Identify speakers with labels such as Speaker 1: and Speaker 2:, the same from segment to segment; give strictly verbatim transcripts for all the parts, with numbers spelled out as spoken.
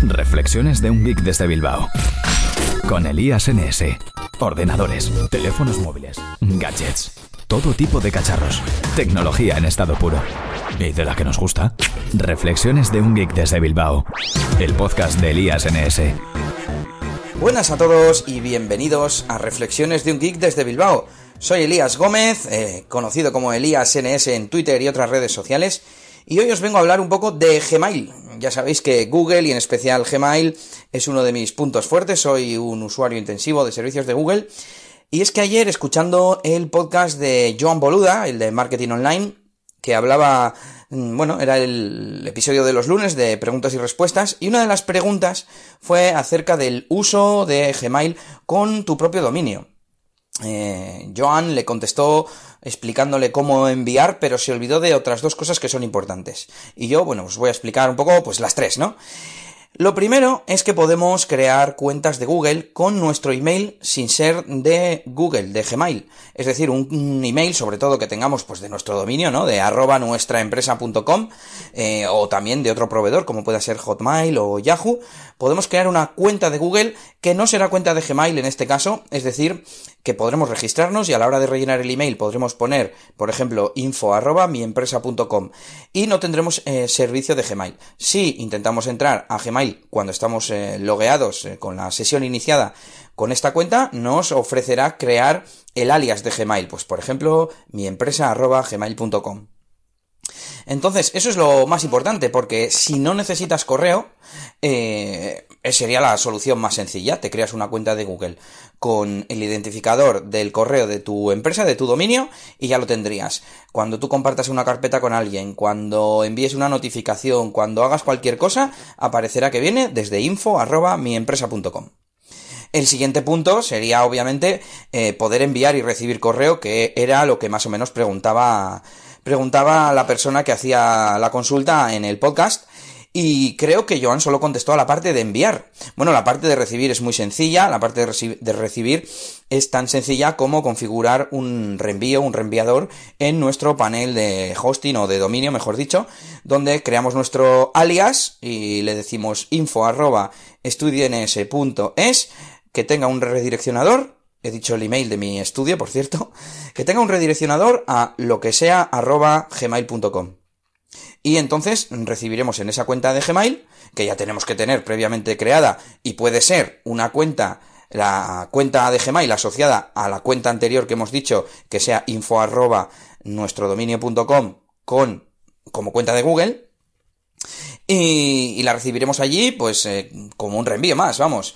Speaker 1: Reflexiones de un geek desde Bilbao. Con Elías N S. Ordenadores, teléfonos móviles, gadgets, todo tipo de cacharros. Tecnología en estado puro. ¿Y de la que nos gusta? Reflexiones de un geek desde Bilbao. El podcast de Elías N S.
Speaker 2: Buenas a todos y bienvenidos a Reflexiones de un geek desde Bilbao. Soy Elías Gómez, eh, conocido como Elías N S en Twitter y otras redes sociales. Y hoy os vengo a hablar un poco de Gmail. Ya sabéis que Google, y en especial Gmail, es uno de mis puntos fuertes. Soy un usuario intensivo de servicios de Google. Y es que ayer, escuchando el podcast de Joan Boluda, el de Marketing Online, que hablaba, bueno, era el episodio de los lunes de preguntas y respuestas, y una de las preguntas fue acerca del uso de Gmail con tu propio dominio. Eh, Joan le contestó explicándole cómo enviar, pero se olvidó de otras dos cosas que son importantes. Y yo, bueno, os voy a explicar un poco, pues las tres, ¿no? Lo primero es que podemos crear cuentas de Google con nuestro email sin ser de Google, de Gmail. Es decir, un, un email, sobre todo que tengamos pues de nuestro dominio, ¿no? De arroba nuestraempresa punto com, eh, o también de otro proveedor, como pueda ser Hotmail o Yahoo. Podemos crear una cuenta de Google que no será cuenta de Gmail en este caso, es decir, que podremos registrarnos y a la hora de rellenar el email podremos poner, por ejemplo, info arroba miempresa punto com y no tendremos eh, servicio de Gmail. Si intentamos entrar a Gmail cuando estamos eh, logueados eh, con la sesión iniciada con esta cuenta, nos ofrecerá crear el alias de Gmail, pues por ejemplo, miempresa arroba gmail punto com. Entonces, eso es lo más importante, porque si no necesitas correo, eh, sería la solución más sencilla. Te creas una cuenta de Google con el identificador del correo de tu empresa, de tu dominio, y ya lo tendrías. Cuando tú compartas una carpeta con alguien, cuando envíes una notificación, cuando hagas cualquier cosa, aparecerá que viene desde info arroba miempresa punto com. El siguiente punto sería, obviamente, eh, poder enviar y recibir correo, que era lo que más o menos preguntaba... Preguntaba a la persona que hacía la consulta en el podcast, y creo que Joan solo contestó a la parte de enviar. Bueno, la parte de recibir es muy sencilla, la parte de, reci- de recibir es tan sencilla como configurar un reenvío, un reenviador en nuestro panel de hosting o de dominio, mejor dicho, donde creamos nuestro alias y le decimos info arroba estudiens punto es, que tenga un redireccionador. He dicho el email de mi estudio, por cierto, que tenga un redireccionador a lo que sea arroba gmail punto com. Y entonces recibiremos en esa cuenta de Gmail, que ya tenemos que tener previamente creada, y puede ser una cuenta, la cuenta de Gmail asociada a la cuenta anterior que hemos dicho, que sea info arroba nuestro dominio punto com con, como cuenta de Google. Y, y la recibiremos allí, pues, eh, como un reenvío más, vamos.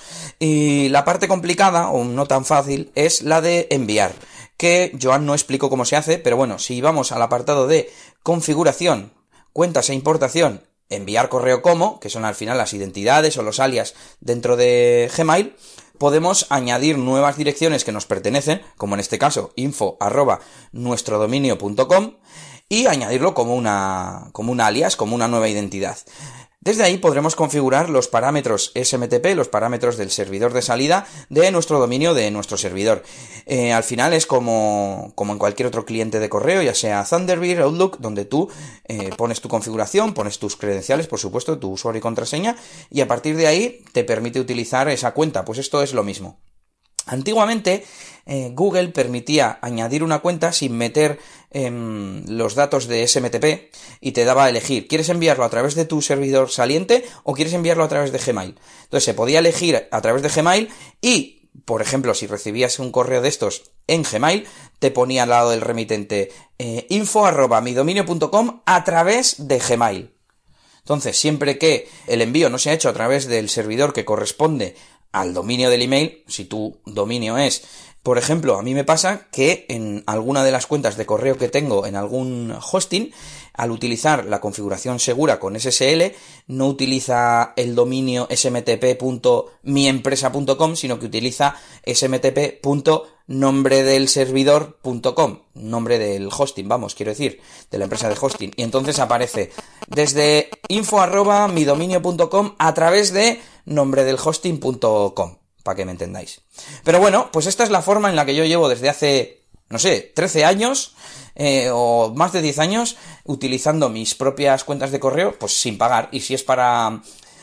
Speaker 2: Y la parte complicada, o no tan fácil, es la de enviar, que Joan no explicó cómo se hace, pero bueno, si vamos al apartado de configuración, cuentas e importación, enviar correo como, que son al final las identidades o los alias dentro de Gmail, podemos añadir nuevas direcciones que nos pertenecen, como en este caso, info arroba nuestro dominio punto com, y añadirlo como una, como un alias, como una nueva identidad. Desde ahí podremos configurar los parámetros S M T P, los parámetros del servidor de salida de nuestro dominio, de nuestro servidor. Eh, al final es como, como en cualquier otro cliente de correo, ya sea Thunderbird, Outlook, donde tú eh, pones tu configuración, pones tus credenciales, por supuesto, tu usuario y contraseña, y a partir de ahí te permite utilizar esa cuenta. Pues esto es lo mismo. Antiguamente eh, Google permitía añadir una cuenta sin meter eh, los datos de S M T P y te daba a elegir, ¿quieres enviarlo a través de tu servidor saliente o quieres enviarlo a través de Gmail? Entonces se podía elegir a través de Gmail y, por ejemplo, si recibías un correo de estos en Gmail, te ponía al lado del remitente eh, info arroba mi dominio punto com a través de Gmail. Entonces, siempre que el envío no se ha hecho a través del servidor que corresponde al dominio del email, si tu dominio es, por ejemplo, a mí me pasa que en alguna de las cuentas de correo que tengo en algún hosting, al utilizar la configuración segura con S S L, no utiliza el dominio S M T P punto miempresa punto com, sino que utiliza S M T P punto nombre del servidor punto com, nombre del hosting, vamos, quiero decir, de la empresa de hosting. Y entonces aparece desde info arroba mi dominio punto com a través de nombre del hosting punto com, para que me entendáis. Pero bueno, pues esta es la forma en la que yo llevo desde hace, no sé, trece años, eh, o más de diez años, utilizando mis propias cuentas de correo, pues sin pagar. Y si es para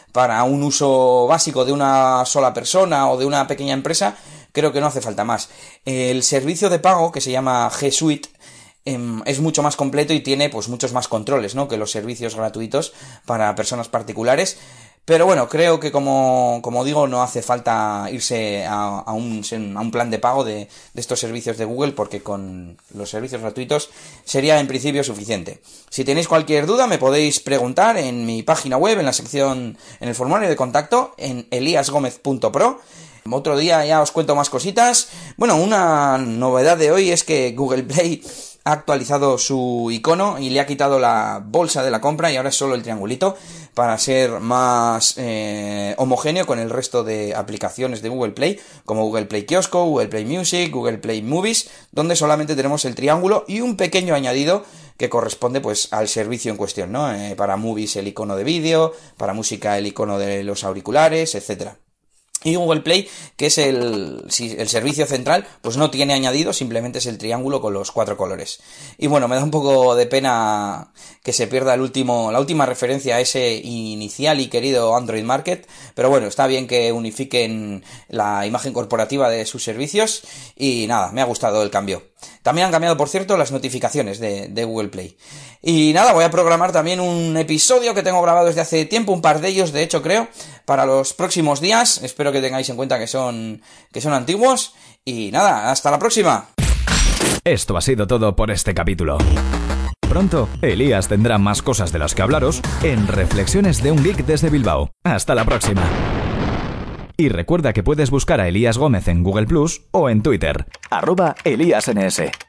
Speaker 2: para un uso básico de una sola persona o de una pequeña empresa, creo que no hace falta más. El servicio de pago, que se llama G Suite, es mucho más completo y tiene pues muchos más controles, ¿no?, que los servicios gratuitos para personas particulares. Pero bueno, creo que como, como digo, no hace falta irse a, a, un, a un plan de pago de, de estos servicios de Google, porque con los servicios gratuitos sería en principio suficiente. Si tenéis cualquier duda me podéis preguntar en mi página web, en la sección, en el formulario de contacto, en elias gomez punto pro. Otro día ya os cuento más cositas. Bueno, una novedad de hoy es que Google Play ha actualizado su icono y le ha quitado la bolsa de la compra y ahora es solo el triangulito para ser más eh, homogéneo con el resto de aplicaciones de Google Play, como Google Play Kiosco, Google Play Music, Google Play Movies, donde solamente tenemos el triángulo y un pequeño añadido que corresponde pues al servicio en cuestión, ¿no? Eh, para Movies el icono de vídeo, para música el icono de los auriculares, etcétera. Y Google Play, que es el, el servicio central, pues no tiene añadido, simplemente es el triángulo con los cuatro colores. Y bueno, me da un poco de pena que se pierda el último, la última referencia a ese inicial y querido Android Market, pero bueno, está bien que unifiquen la imagen corporativa de sus servicios y nada, me ha gustado el cambio. También han cambiado, por cierto, las notificaciones de, de Google Play. Y nada, voy a programar también un episodio que tengo grabado desde hace tiempo, un par de ellos, de hecho, creo, para los próximos días. Espero que tengáis en cuenta que son, que son antiguos. Y nada, hasta la próxima.
Speaker 1: Esto ha sido todo por este capítulo. Pronto, Elías tendrá más cosas de las que hablaros en Reflexiones de un Geek desde Bilbao. Hasta la próxima. Y recuerda que puedes buscar a Elías Gómez en Google Plus o en Twitter, arroba elíasns.